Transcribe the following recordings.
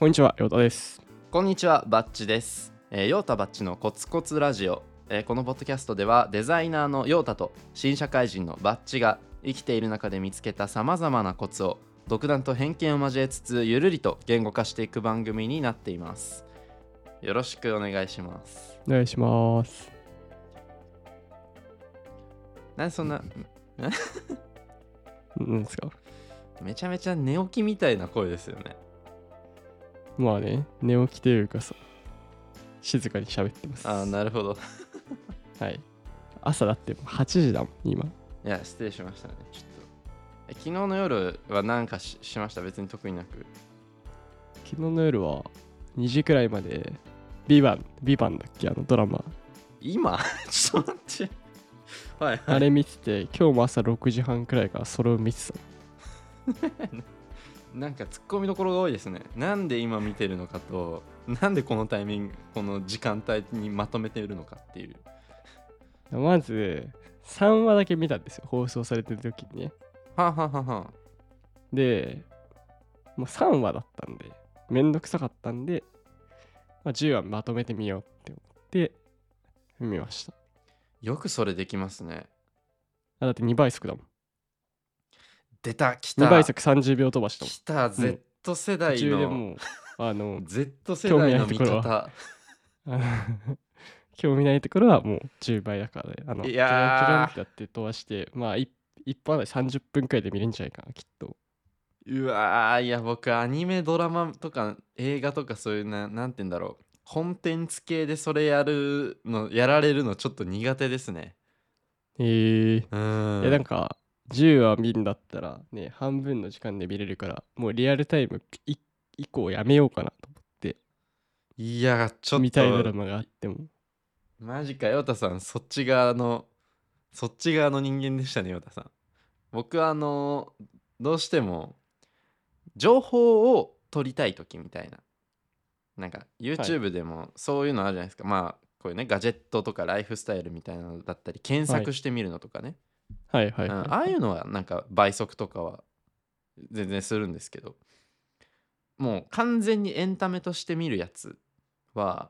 こんにちは、りょうたです。 こんにちは、バッチです。ヨータバッチのコツコツラジオ。このポッドキャストではデザイナーのヨータと新社会人のバッチが生きている中で見つけたさまざまなコツを独断と偏見を交えつつゆるりと言語化していく番組になっています。よろしくお願いします。 お願いします。 なんでそんななんですか？ めちゃめちゃ寝起きみたいな声ですよね。 まあね、寝起きというかさ、静かに喋ってます。 なるほど。 はい。朝だって8時だもん、今。 いや、失礼しましたね。ちょっと昨日の夜は何か しました？別に特になく。 昨日の夜は2時くらいまでビバンだっけ、ドラマ。 今ちょっと待って。はい、はい、 あれ見てて、今日も朝6時半くらいからそれを見てた。 なんかツッコミどころが多いですね。なんで今見てるのかと、なんでこのタイミング、この時間帯にまとめているのかっていう。 まず、3話だけ見たんですよ、放送されてる時にね。 はんはんはんはん。 で、もう3話だったんで、めんどくさかったんで、10話まとめてみようって思って見ました。 よくそれできますね。 だって2倍速だもん。 出た、来た。 2倍速30秒飛ばしたもん。 来た、Z 世代途中での。 もう、 Z 世代の見方。 興味ないところはもう10倍だからね。 いキランキランやってやって飛ばして、一本で30分くらいで見れるんじゃないかな、きっと。 うわー、いや、僕、アニメ、ドラマとか映画とかそういうなんて言うんだろう。コンテンツ系でそれやられるのちょっと苦手ですね。 いうや、なんん。 か、10話見るんだったら、ね、半分の時間で見れるから、もうリアルタイム以降やめようかなと思って、 いや、ちょっ見たいドラと、 マがあっても。 マジか、ヨタさん、そっち側の人間でしたね、ヨタさん。僕はどうしても、情報を取りたい時みたいな。なんか、 はい。 YouTube でもそういうのあるじゃないですか。まあ、こういうね、ガジェットとかライフスタイルみたいなのだったり、検はい。 索してみるのとかね。 はいはいはいああはい。 いうのは、なんか、倍速とかは全然するんですけど、もう完全にエンタメとして見るやつは、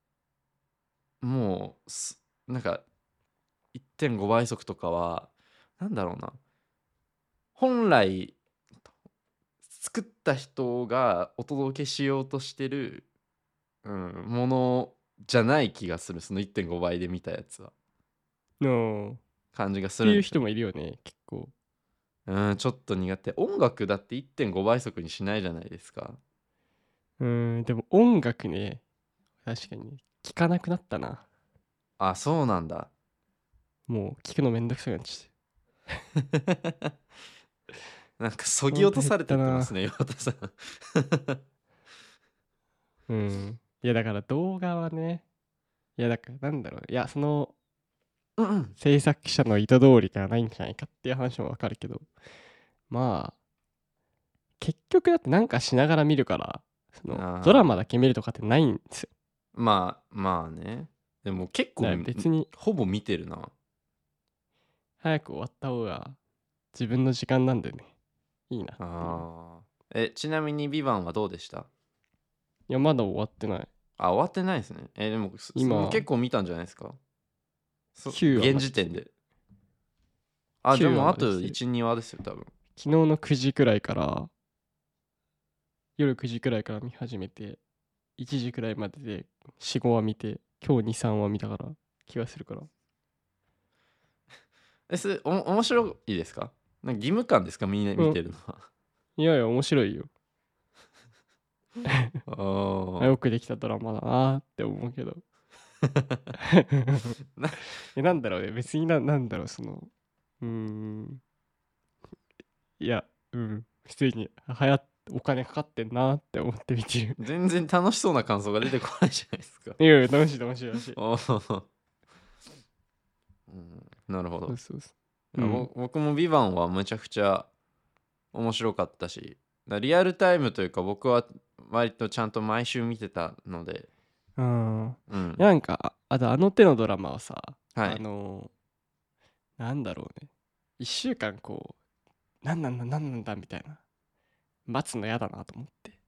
もうなんか1.5倍速とかは、なんだろうな、本来作った人がお届けしようとしてる、ものじゃない気がする。その1.5倍で見たやつはの感じがっていうするんですよね。 人もいるよね、結構。 ちょっと苦手。音楽だって1.5倍速にしないじゃないですか。 でも音楽ね、確かに聞かなくなったな。 あ、そうなんだ。 もう聞くのめんどくさくなっちなんかそゃった。ほんと減っぎ落とされてたな。 ってますね、岩田さん。 いやだから動画はね、いやだからなんだろうね。いや、そのうんうん。 制作者の意図通りではないんじゃないかっていう話もわかるけど、まあ、結局だってなんかしながら見るから、そのドラマだああ、 け見るとかってないんですよ。 まあまあね。でも結構だから別にほぼ見てるな。 早く終わった方が自分の時間なんでね、いいなっていう。いちなみに「ビバンはどうでした？ や、まだ終わってない。 終わってないですね。でももう今、 結構見たんじゃないですか？ 9話現まで来てる。 時点で。じゃあ 9話もうあとまで来てる。 1、2話ですよ、多分。 昨日の9時くらいから、夜9時くらいから見始めて、1時くらいまでで4、5話見て、今日2、3話見たから気がするから。 それ面白いですか？なんか義務感ですか？みんな見うん。 てるのは。 いやいや、面白いよ。よくあできたドラマだなーって思うけど。 ななんだろうね。別になんだろう、うーん。いや、普通にお金かかってんなーって思って見てる。 全然楽しそうな感想が出てこないじゃないですか。 いやいや、楽しい楽しい楽しい。 おーなるほど。 そうそうそう。 僕も「ビバンはむちゃくちゃ面白かったし、リアルタイムというか僕は割とちゃんと毎週見てたので。 うん。 うん。 なんか、あとあの手のドラマはさ、 はい。 なんだろうね。1週間こう、なんなんだみたいな。待つの嫌だなと思って。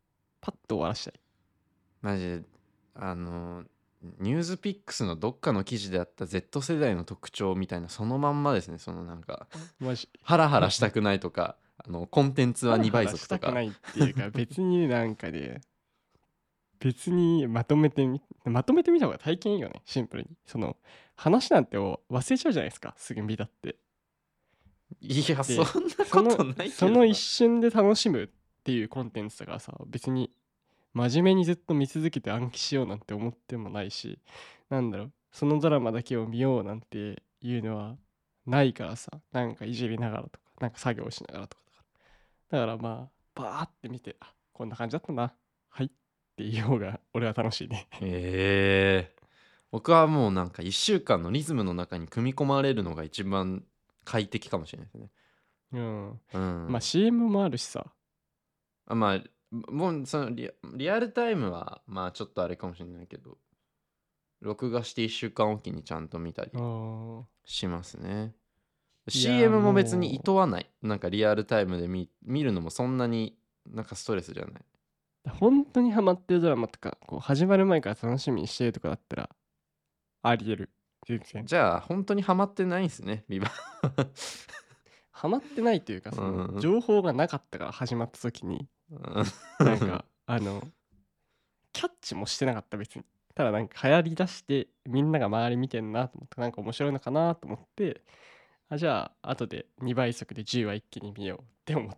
パッと終わらしたい。 マジでニュースピックスのどっかの記事であった Z 世代の特徴みたいなそのまんまですね。そのなんかマジ。 ハラハラしたくないとかコンテンツは2 ハラハラ倍速とか。 したくないっていうか、別になんかね、別にまとめてみた方が体験いいよね、シンプルに。その、話なんて忘れちゃうじゃないですか、すぐ見たって。 いやそんで、 なことないけどな。 その一瞬で楽しむっていうコンテンツだからさ、別に真面目にずっと見続けて暗記しようなんて思ってもないし、なんだろう、そのドラマだけを見ようなんていうのはないからさ、なんかいじりながらとか、なんか作業しながらとかだからまあ、バーって見て、あ、こんな感じだったな。はいっていう方が俺は楽しいね。 僕はもうなんか1週間のリズムの中に組み込まれるのが一番快適かもしれないですね。 うん。 うまあん。 CM もあるしさ。 まあもうそのリアルタイムはまあちょっとあれかもしれないけど、録画して1週間おきにちゃんと見たりしますね。 いや CM も別にも厭わない。なんかリアルタイムで見るのもそんなになんかストレスじゃない。 本当にハマってるドラマとか、こう始まる前から楽しみにしてるとかだったら、あり得る。全然。 じゃあ本当にハマってないんすね、ビバ。 ハマってないというか、 うその、 ん。 情報がなかったから始まった時に、なんか、キャッチもしてなかった別に。ただなんか流行りだして、みんなが周り見てんなと思って、なんか面白いのかなと思って、あ、じゃあ、後で2倍速で10話一気に見ようって思った。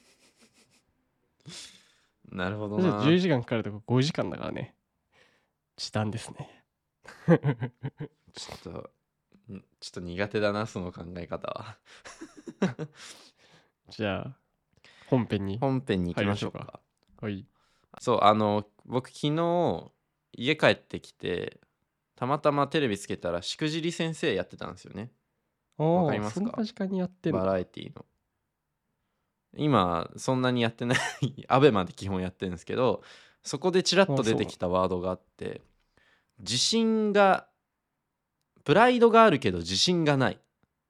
なるほどじゃあ10 な。 時間かかるとこ5時間だからね。時短ですね。 ちょっとちょっと苦手だな、その考え方は。 じゃあ、本編に本編に行き入りましょうか。 ましょうか。 はい。 そう、僕昨日家帰ってきて、たまたまテレビつけたらしくじり先生やってたんですよね。わかああ、 りますか？ そんな時間にやってんバラだ。 エティの。今そんなにやってないアベマで基本やってるんですけど、そこでちらっああ、 と出そうなんだ。 てきたワードがあって、自信がプライドがあるけど自信がないって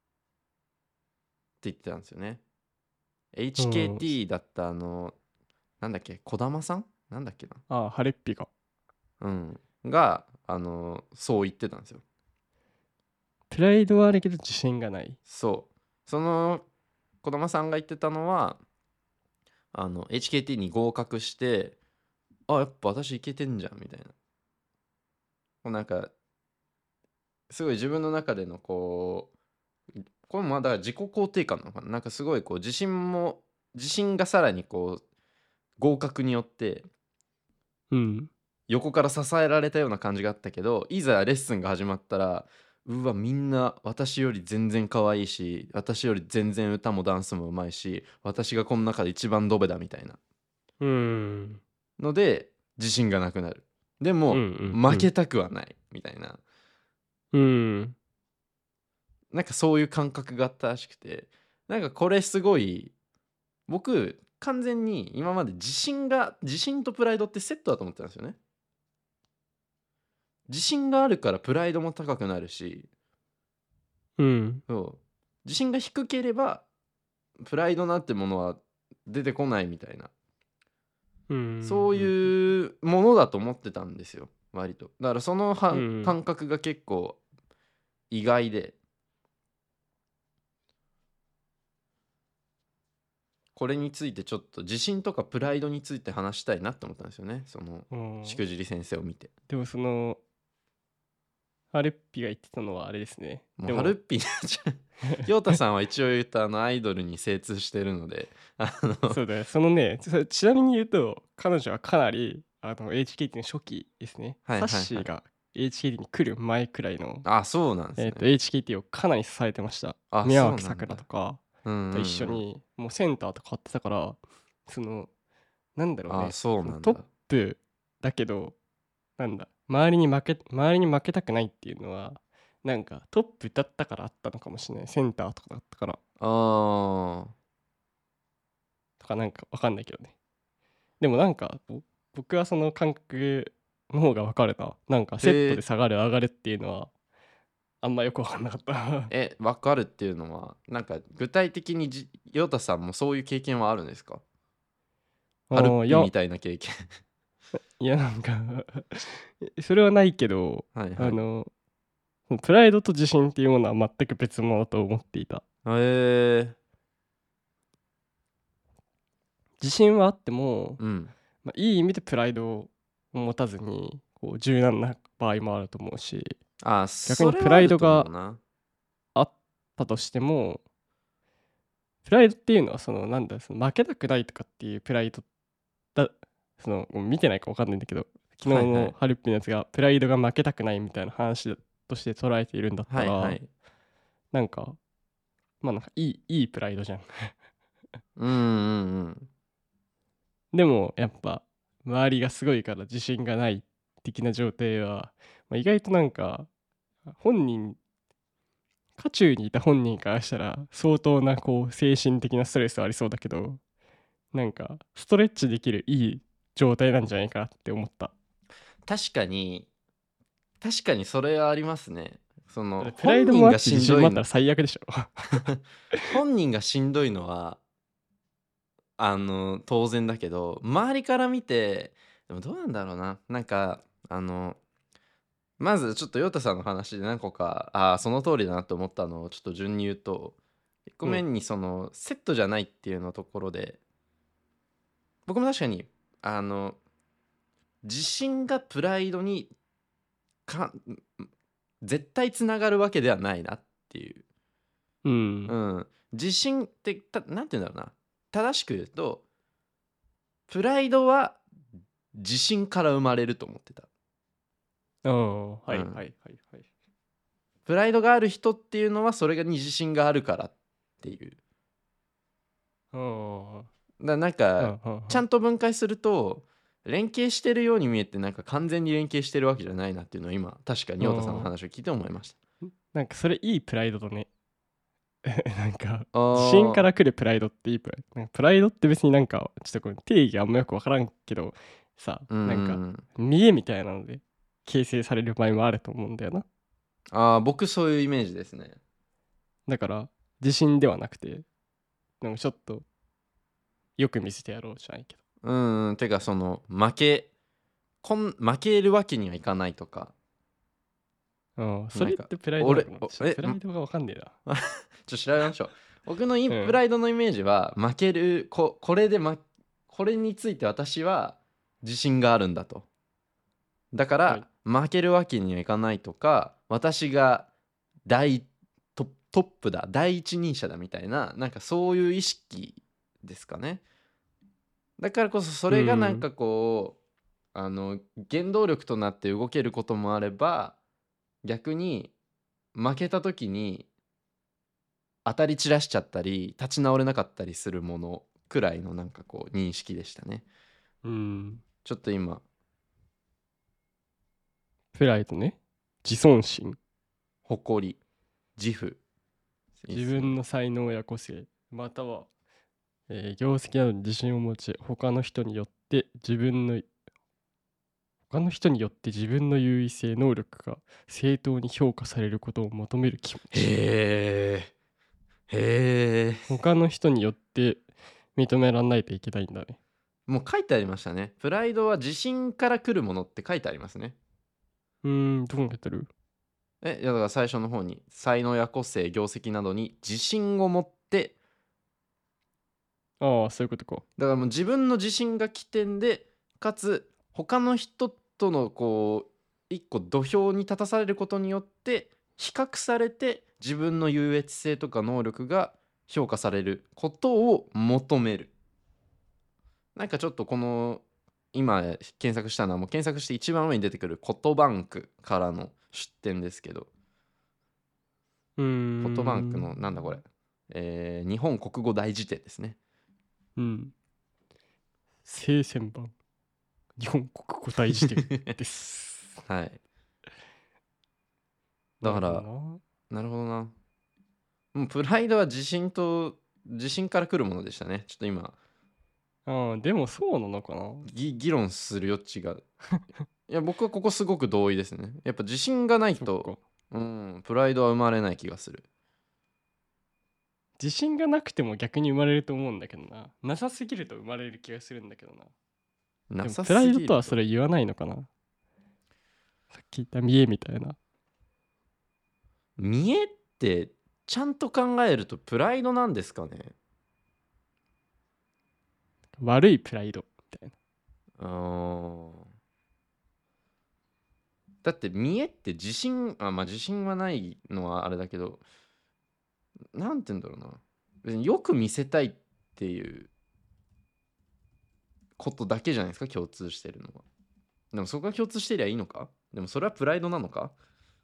言ってたんですよね。 うん。 HKT だったなんだっけ、児玉さんなんだっけな。 ああ、ハレッピが。 がそう言ってたんですよ。 プライドはあるけど自信がない。 その児玉さんが言ってたのはHKT に合格して、あ、やっぱ私いけてんじゃんみたいな。なんかすごい自分の中でのこれもまあだから自己肯定感なのかな。なんかすごい自信がさらに合格によってうん。 横から支えられたような感じがあったけど、いざレッスンが始まったら、うわみんな私より全然可愛いし、私より全然歌もダンスもうまいし、私がこの中で一番ドベだみたいなうん。 ので自信がなくなる。でうんうもんうん。 負けたくはないみたいな、 うん。 なんかそういう感覚があったらしくて、なんかこれすごい僕完全に今まで自信とプライドってセットだと思ってたんですよね。自信があるからプライドも高くなるし、 うん。 そう自信が低ければプライドなんてものは出てこないみたいな、 うそうん。 いうものだと思ってたんですよ、割と。だからそのうん。 感覚が結構意外で、これについてちょっと自信とかプライドについて話したいなって思ったんですよね、そのうん。 しくじり先生を見て。 でもその、ハレッピが言ってたのはあれですね。 もうでも、 ハルッピーになっちゃう。陽太さんは一応言うとアイドルに精通してるので、 そうだね。そのね、ちなみに言うと、彼女はかなり、HKT の初期ですね。 はいサッはいはい。 シーが HKT に来る前くらいの、 あ、そうなんですね。 HKT をかなり支えてました。 あ、 宮脇さくそうなんだ。 らとかうんうんと一緒うん。 に、もうセンターとか買ってたから、その、なんだろうあ、 ね、そのトッそうなんだ。 プだけど、なんだ、周りに負けたくないっていうのは、なんかトップだったからあったのかもしれない。センターとかだったから、 あー。 とかなんかわかんないけどね。でもなんか、僕はその感覚の方が分かるな。なんかセットでへえ。 下がる上がるっていうのはあんまよく分かんなかった。 わかるっていうのは、なんか具体的に陽太さんもそういう経験はあるんですか？ ハルッいや、 ピみたいな経験。 いやなんかそれはないけど、 はいはい。 プライドと自信っていうものは全く別物だと思っていた。 え自信はあっても、 うん。 いい意味でプライドを持たずにこう柔軟な場合もあると思うし、 あ、そ逆にプラれはあると思イドがうな。 あったとしても、プライドっていうのはなんだその負けたくないとかっていうプライドだ、もう見てないか分かんないんだけど、昨日はいはい。 のハルッピのやつがプライドが負けたくないみたいな話として捉えているんだったら、 はいはい。 なんかなんかいいプライドじゃん。 うんうんうん。 でもやっぱ周りがすごいから自信がない的な状態は、意外となんか本人渦中にいた本人からしたら相当なこう精神的なストレスはありそうだけど、なんかストレッチできるいい状態なんじゃないかなって思った。 確かに、確かにそれはありますね。そのだってプライ本人がドもあってしんどいの、 自信もあったら最悪でしょ。 本人がしんどいのは当然だけど、周りから見て、でもどうなんだろうな。なんかまずちょっとヨタさんの話で何個かその通りだなと思ったのをちょっと順に言うと、1個うん目にそのセットじゃないっていうのところで、僕も確かにあの自信がプライドにか絶対つながるわけではないなっていう。 うん。 うん、自信ってなんて言うんだろうな。正しく言うと、プライドは自信から生まれると思ってた。 ああ、はいはいうん、 はいはい。 プライドがある人っていうのはそれに自信があるからっていう。 あなんあ、 かはんはんはん。 ちゃんと分解すると連携してるように見えて、なんか完全に連携してるわけじゃないなっていうのを今確かに陽太さんの話を聞いて思いました。 なんかそれいいプライドだね。なんかあ自信かーら来るプライドっていいプライド。なんかプライドって別になんかちょっとこれ定義あんまよくわからんけどさ、 うんうんうなんかん。 見栄みたいなので形成される場合もあると思うんだよな。 僕そういうイメージですね。 だから自信ではなくて、なんかちょっとよく見せてやろうじゃないけてかその負けるわけにはいかないとか、 ど。そなんかれってプライドなのかな。 俺おえプライドがわかんねえな。 ちょっと調べましょう。僕のうん。 プライドのイメージは負けるこれについて私は自信があるんだと。だかはい。 ら負けるわけにはいかないとか、私が大トップだ、第一人者だみたいな、なんかそういう意識ですかね。だからこそそうれがなんん。 かこう原動力となって動けることもあれば、逆に負けた時に当たり散らしちゃったり立ち直れなかったりするものくらいのなんかこう認識でしたね。 うん。 ちょっと今プライドね。自尊心。 誇り、自負、いいっすね。 自分の才能や個性、または、業績などに自信を持ち、他の人によって自分の優位性、能力が正当に評価されることを求める気持ち。 へえ、へえ。 他の人によって認められないといけないんだね。 もう書いてありましたね。プライドは自信から来るものって書いてありますね。 どこに書いてある？ いやだから最初の方に才能や個性、業績などに自信を持って、 ああ、そういうことか。 だからもう自分の自信が起点で、かつ他の人とのこう一個土俵に立たされることによって比較されて自分の優越性とか能力が評価されることを求める。なんかちょっとこの今検索したのはもう検索して一番上に出てくるコトバンクからの出典ですけど、 うーコトバンクん。 のなんだこれ、日本国語大辞典ですね。 うん。聖戦版。日本国語大辞典です。 はい。だなるほどからな。 なるほどな。もうプライドは自信から来るものでしたね。ちょっと今ああ、でもそうなのかな。 議論する余地が、いや僕はここすごく同意ですね。やっぱ自信がないとそっか。 プライドは生まれない気がする。 自信がなくても逆に生まれると思うんだけどな。なさすぎると生まれる気がするんだけどな。 なさでもプライドすぎると。 とはそれ言わないのかな。さっき言った見栄みたいな。 見栄ってちゃんと考えるとプライドなんですかね。 悪いプライドみたいな。 だって見栄って自信、まあ自信はないのはあれだけど、なんて言うんだろうな。別によく見せたいっていうことだけじゃないですか、共通してるのは。でもそこが共通してりゃいいのか。でもそれはプライドなのか。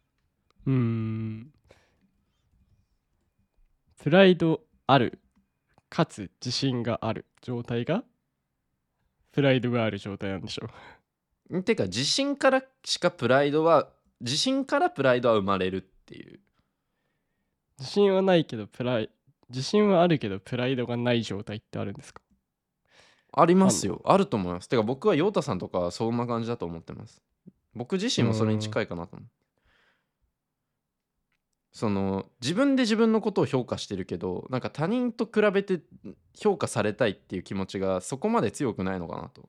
プライドあるかつ自信がある状態がプライドがある状態なんでしょてか自信からしかプライドは自信からプライドは生まれるっていう。 自信はないけど自信はあるけどプライドがない状態ってあるんですか？ ありますよ。あると思います。てか僕は陽太さんとかはそんな感じだと思ってます。僕自身もそれに近いかなと思う。その自分で自分のことを評価してるけど、なんか他人と比べて評価されたいっていう気持ちがそこまで強くないのかなと。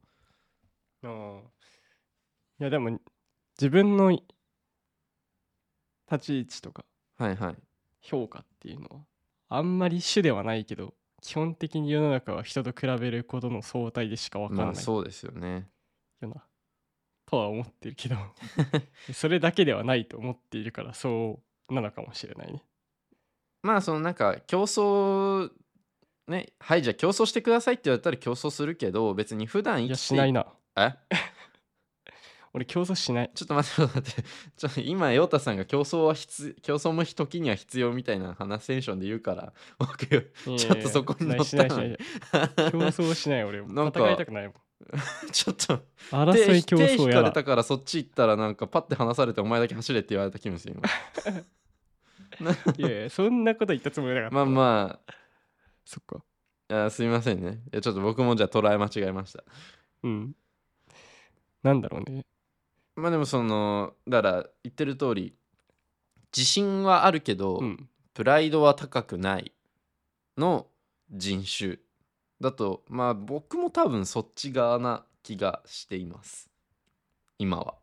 いやでも自分の立ち位置とかはいはい。 評価っていうのはあんまり主ではないけど、基本的に世の中は人と比べることの相対でしか分かんまないあそうですよね。 よなとは思ってるけどそれだけではないと思っているからそうなのかもしれないね。 まあそのなんか競争ね、はいじゃあ競争してくださいって言われたら競争するけど、別に普段いや生きてしないな。 え俺競争しない。 ちょっと待って待ってちょっと今陽太さんが競争も時には必要みたいな話テンションで言うから僕ちょっとそこに乗ったのに競争しない俺なんか戦いたくないもん。 ちょっと争い競手引かれ争やだ。 たからそっち行ったらなんかパッて離されてお前だけ走れって言われた気分ですよ今いやいやそんなこと言ったつもりなかったまあまそっか。 あすみませんね。いやちょっと僕もじゃあ捉え間違えました。 なんだろうね。 まあでもそのだから言ってる通り自信はあるけど、プライドは高くないの人種だと、まあ僕も多分そっち側な気がしています今は。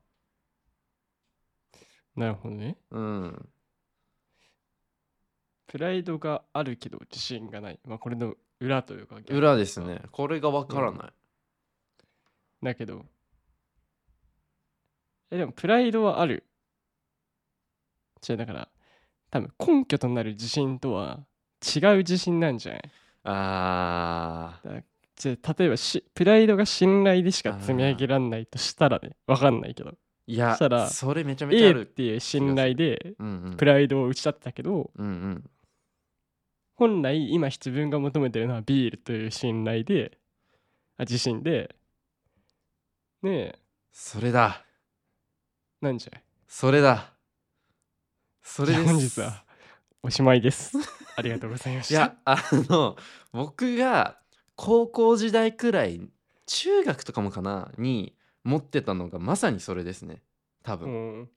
なるほどね。プライドがあるけど自信がない。まあこれの裏というか逆裏ですね。これがわからない。 だけどでもプライドはある。だから多分根拠となる自信とは違う自信なんじゃない？じゃあ例えばプライドが信頼でしか積み上げらんないとしたらね、わかんないけど、 いやしたらそれめちゃめちゃあ A っるていう信頼でうんプライドを打ち立てたけど、 うん本来今自分が求めてるのは B という信頼で自信でねえそれだなんじゃい。 それだそれじゃあです。 本日はおしまいです。ありがとうございました。 いや僕が高校時代くらい中学とかもかなに持ってたのがまさにそれですね多分。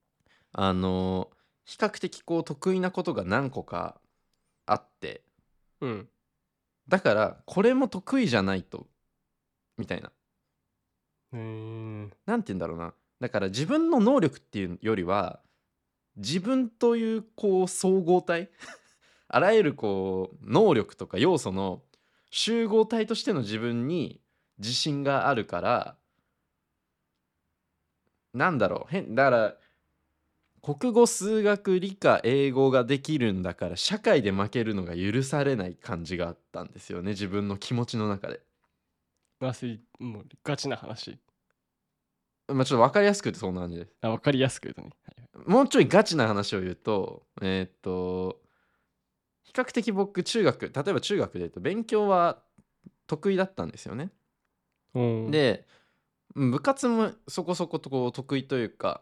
比較的こう得意なことが何個かあってだからこれも得意じゃないとみたいななんて言うんだろうな。だから自分の能力っていうよりは自分というこう総合体あらゆるこう能力とか要素の集合体としての自分に自信があるからなんだろうだから国語数学理科英語ができるんだから社会で負けるのが許されない感じがあったんですよね自分の気持ちの中で。 もうガチな話。 まあちょっと分かりやすく言うとそんな感じです。 分かりやすく言うとね、 もうちょいガチな話を言うと比較的僕例えば中学で言うと勉強は得意だったんですよね。で部活もそこそことこう得意というか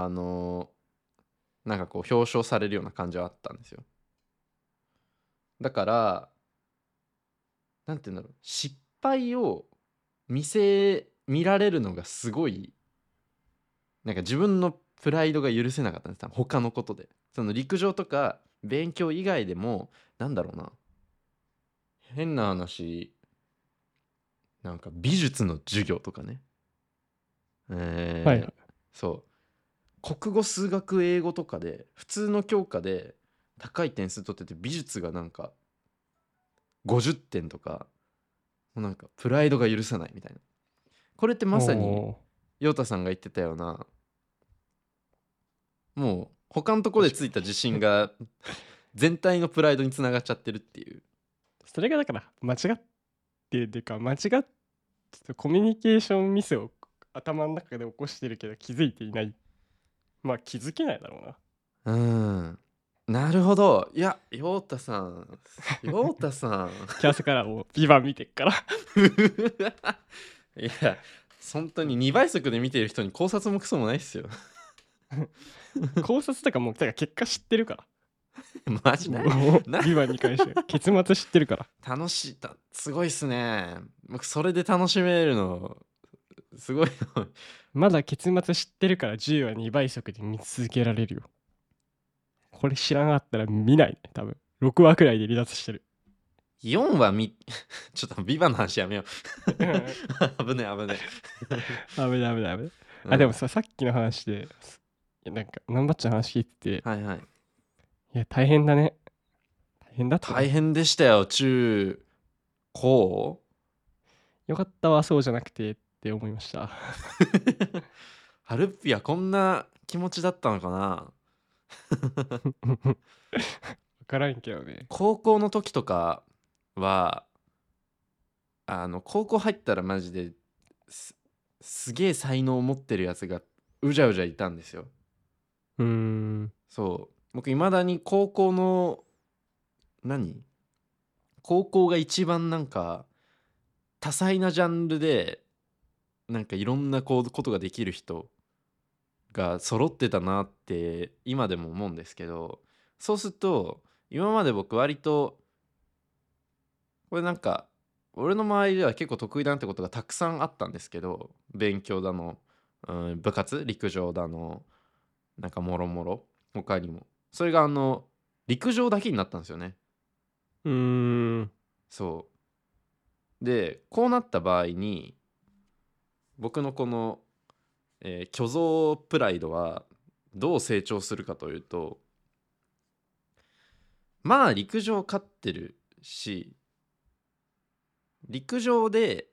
なんかこう表彰されるような感じはあったんですよ。だからなんて言うんだろう失敗を見られるのがすごいなんか自分のプライドが許せなかったんです他のことで。その陸上とか勉強以外でもなんだろうな変な話、なんか美術の授業とかね。 はいはい。 そう国語数学英語とかで普通の教科で高い点数取ってて、美術がなんか50点とか、もうなんかプライドが許さないみたいな。これってまさにおー、 陽太さんが言ってたような、もう他のところで確かに。 ついた自信が全体のプライドにつながっちゃってるっていう。 それがだから間違ってるっていうか、間違っコミュニケーションミスを頭の中で起こしてるけど気づいていない。まあ気づけないだろうな。 なるほど。いや、陽太さん、陽太さん。 キャスからもうビバン見てっから。 いや、本当に2倍速で見てる人に考察もクソもないっすよ。 考察とかもうてか結果知ってるから。 マジな、 もうな、 ビバンに関しては結末知ってるから。 楽しいた、すごいっすね。僕、それで楽しめるの、すごいの。 まだ結末知ってるから10は2倍速で見続けられるよ。これ知らなかったら見ないね、多分。6話くらいで離脱してる。 4はちょっとビバの話やめようんう。危ねえ危ねダメダメダメ。 え。 あ、でもさ、さっきの話で、なんか、ナンバッチの話聞いてて、 はいはい。 いや、大変だね。大変だったね。 大変でしたよ、中高。 よかったわ、そうじゃなくてって思いました。わハルッピはこんな気持ちだったのかな。 からんけどね。 高校の時とかは、高校入ったらマジですすげえ才能を持ってるやつがうじゃうじゃいたんですよ。 うーん。 そう僕いまだに高校の何高校が一番なんか多彩なジャンルでなんかいろんなことができる人が揃ってたなって今でも思うんですけど、そうすると今まで僕割とこれなんか俺の周りでは結構得意だなってことがたくさんあったんですけど、勉強だの、部活陸上だの、なんかもろもろ他にもそれが陸上だけになったんですよね。 うーん。 そうでこうなった場合に僕のこの、虚像プライドはどう成長するかというと、まあ陸上勝ってるし、陸上で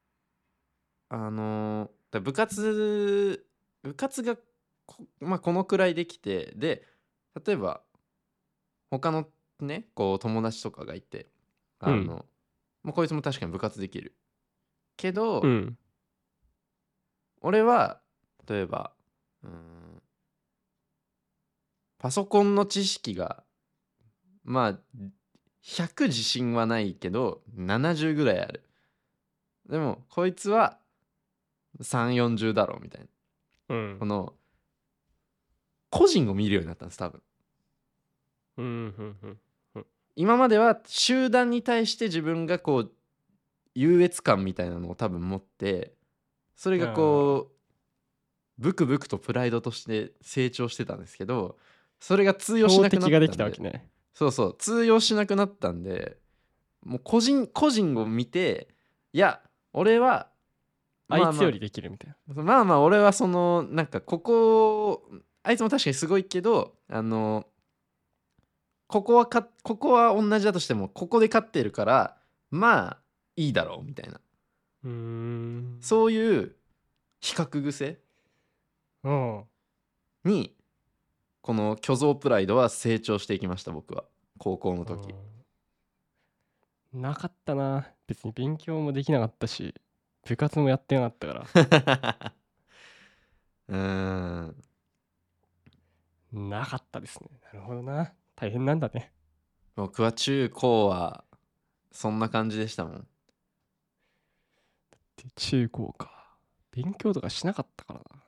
部活がまあ、このくらいできて、で例えば他のねこう友達とかがいて、 うん。 もうこいつも確かに部活できるけど、 うん。 俺は例えばうーんパソコンの知識がまあ100自信はないけど70ぐらいある。でもこいつは340だろうみたいな、 うん。 この個人を見るようになったんです多分。 うん。うん。うん。うん。 今までは集団に対して自分がこう優越感みたいなのを多分持って、それがあこうブクブクとプライドとして成長してたんですけど、それが通ー、 用しなくな標的ができったんで、 たわけね。 そうそう通用しなくなったんで、もう個人を見て、いや俺はまあまああいつよりできるみたいな。 まあまあ俺はそのなんかあいつも確かにすごいけど、ここは同じだとしてもここで勝ってるからまあいいだろうみたいな、 うーん。 そういう比較癖うん。 にこの虚像プライドは成長していきました僕は高校のう時。 ん。なかったな。別に勉強もできなかったし、部活もやってなかったから。 うーんなかったですね。なるほどな。大変なんだね。 僕は中高はそんな感じでしたもん。 で中高か。勉強とかしなかったからな。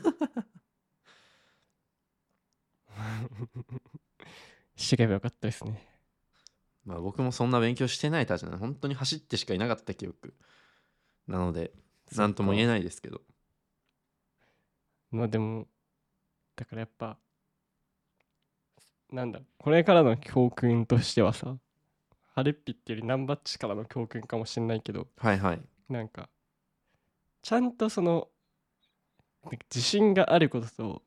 しけばよかったですね。 まあ僕もそんな勉強してないたちなので本当に走ってしかいなかった記憶なのでそっ何とも言えか。 ないですけど。 まあでも、だからやっぱ、なんだ、これからの教訓としてはさ、 ハレッピっていうよりナンバッチからの教訓かもしれないけど、 はいはい。 なんかちゃんとそのなんか自信があることと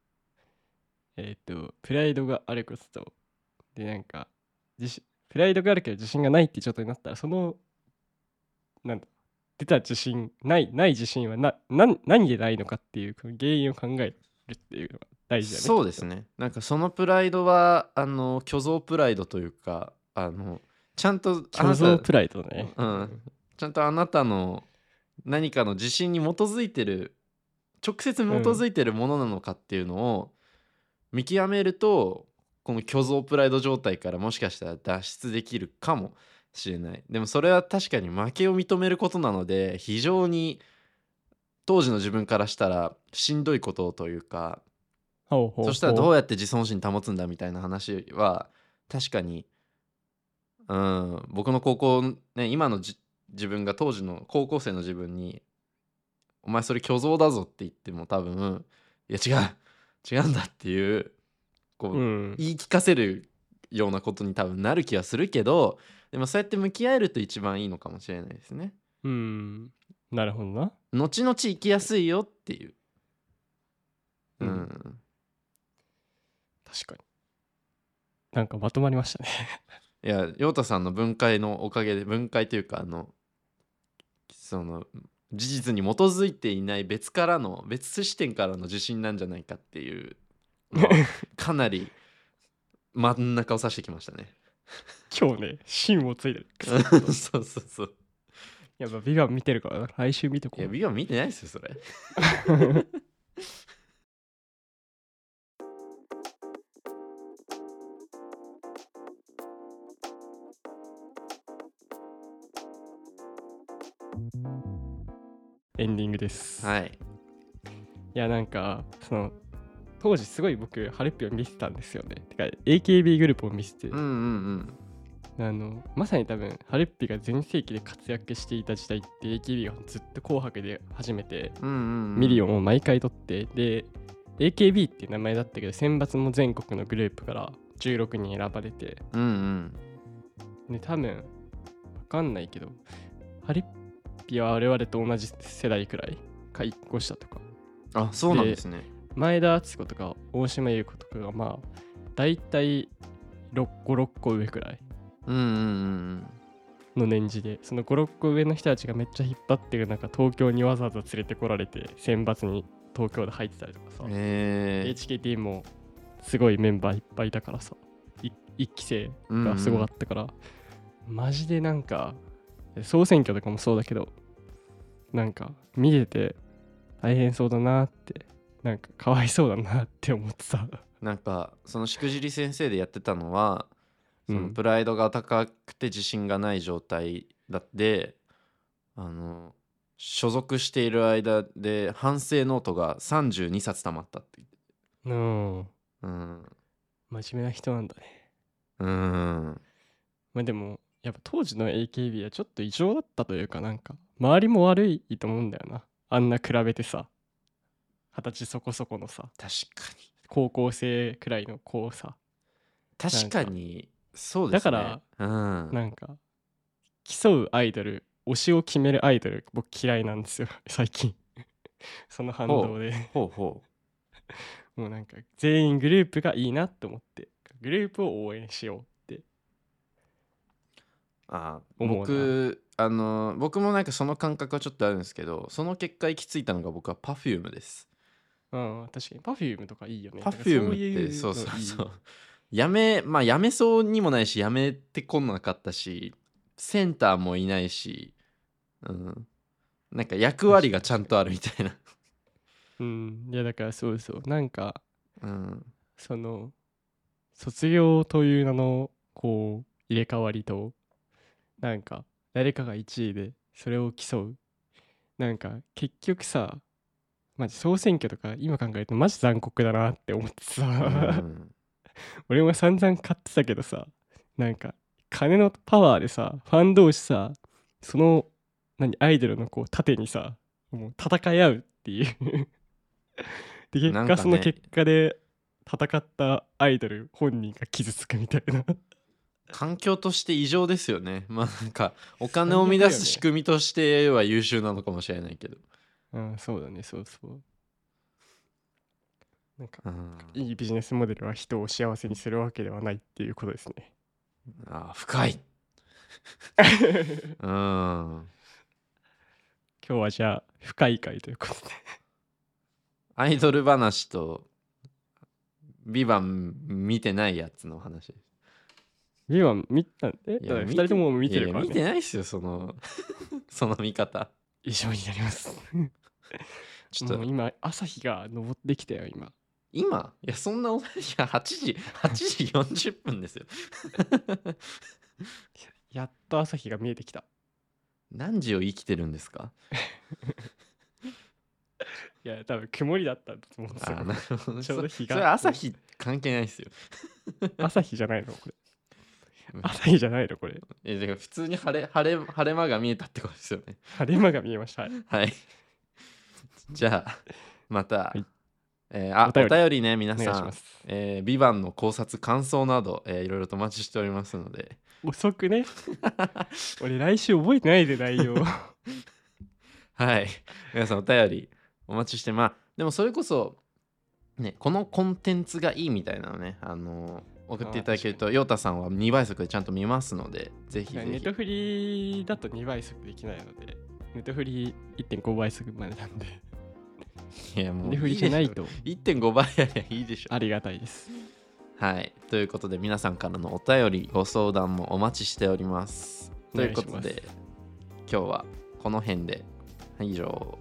プライドがあることとでなんかプライドがあるけど自信がないって状態になったらそのなんだ出た自信ない自信は何でないのかっていうこの原因を考えるっていうのが大事だよね。 そうですね。なんかそのプライドは虚像プライドというかちゃんとあ虚なた、 像プライドね。 ちゃんとあなたの何かの自信に基づいてる直接基うんづいてるものなのかっていうのを見極めるとこの虚像プライド状態からもしかしたら脱出できるかもしれない。でもそれは確かに負けを認めることなので非常に当時の自分からしたらしんどいことというか、 ほうほうそしたらどうほやって自尊心保つんだみたいな話は確かに、僕の高校ね今の自分が当時の高校生の自分にお前それ虚像だぞって言っても多分いや違うんだっていうこう、 うん言い聞かせるようなことに多分なる気はするけど、でもそうやって向き合えると一番いいのかもしれないですね。 なるほどな。 後々生きやすいよっていう。 確かになんかまとまりましたね。 いや陽太さんの分解のおかげで分解というかその事実に基づいていない別視点からの自信なんじゃないかっていうのはかなり真ん中を指してきましたね。 今日ね芯をついてる。 そうそうそう。 やっぱビバン見てるからな、来週見とこう。 いやビバン見てないですよそれ。 エンディングです。 はい。 いやなんかその当時すごい僕ハレッピを見てたんですよね。てか AKB グループを見せて、まさに多分ハレッピが全盛期で活躍していた時代って AKB がずっと紅白で始めて、ミリオンを毎回取ってで AKB っていう名前だったけど選抜も全国のグループから16人選ばれて、で多分わかんないけどハレッピは我々と同じ世代くらいか1個下とか。 あ、そうなんですね。 前田敦子とか大島優子とかがまあだいたい6個上くらいの年次で、その5、6個上の人たちがめっちゃ引っ張ってる中東京にわざわざ連れてこられて選抜に東京で入ってたりとかさ、HKT もすごいメンバーいっぱいいたからさ、1期生がすごかったから、マジでなんか総選挙とかもそうだけどなんか見てて大変そうだなって、なんかかわいそうだなって思ってた。 なんかそのしくじり先生でやってたのはそのプライドが高くて自信がない状態だって所属している間で反省ノートが32冊溜まったって言って。 真面目な人なんだね。まあでもやっぱ当時の AKB はちょっと異常だったというか、なんか周りも悪いと思うんだよな。あんな比べてさ、20歳そこそこのさ、 確かに高校生くらいの子さ、 確かにそうですね。 だからなんか競うアイドル、推しを決めるアイドル僕嫌いなんですよ最近。その反動でもうなんか全員グループがいいなって思ってグループを応援しようって思うな。 僕もなんかその感覚はちょっとあるんですけど、その結果行き着いたのが僕は Perfume です。 確かに Perfume とかいいよね。 Perfume ってそうやめそうにもないしやめてこなかったしセンターもいないし、なんか役割がちゃんとあるみたいな。 いやだからそうなんか、その卒業という名のこう入れ替わりと、なんか誰かが1位でそれを競う、なんか結局さ、マジ総選挙とか今考えるとマジ残酷だなって思ってさ、俺も散々買ってたけどさ、なんか金のパワーでさファン同士さ、そのアイドルのこう盾にさもう戦い合うっていうで結果その結果で戦ったアイドル本人が傷つくみたいな環境として異常ですよね。まあなんかお金を生み出す仕組みとしては優秀なのかもしれないけど、 うん、そうだね、そうそう。なんか、 うんいいビジネスモデルは人を幸せにするわけではないっていうことですね。 深い。うん。 今日はじゃあ、深い回ということで。 アイドル話とビバン見てないやつの話です。 ビバン見たんで、 いや 2人とも見てるからいや見てね。 ないっすよ、その見方。 以上になります。 ちょっともう今、朝日が昇ってきたよ、今。 いやそんな、いや8時40分ですよ。 やっと朝日が見えてきた。 何時を生きてるんですか？ いや、多分曇りだったと思うんですよ。 なるほど。 ちょうど日がそれ朝日関係ないっすよ。 朝日じゃないのこれ。朝日じゃないのこれ。 だから普通に晴れ間が見えたってことですよね。 晴れ間が見えました。 はい。じゃあまた、 はいお便りね、皆お願いさんします。 ビバンの考察感想など、いろいろとお待ちしておりますので。 遅くね。俺来週覚えてないで内容。 はい、皆さんお便りお待ちして、でもそれこそね、このコンテンツがいいみたいなのね、送っていただけると、ヨウタさんは2倍速でちゃんと見ますので、ぜひぜひ。 ネットフリだと2倍速できないので、ネットフリ 1.5 倍速までなんで、 いやもうネットフリじゃないと 1.5 倍やりゃいいでしょ。 ありがたいです。 はい、ということで皆さんからのお便りご相談もお待ちしております。ということで今日はこの辺で以上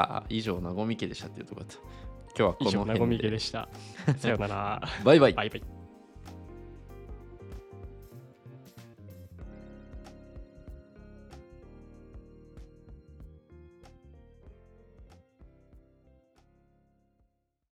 なごみ家でしたっていうところだった。今日はこの辺で以上なごみ家でした。さよなら。 バイバイ。 バイバイ。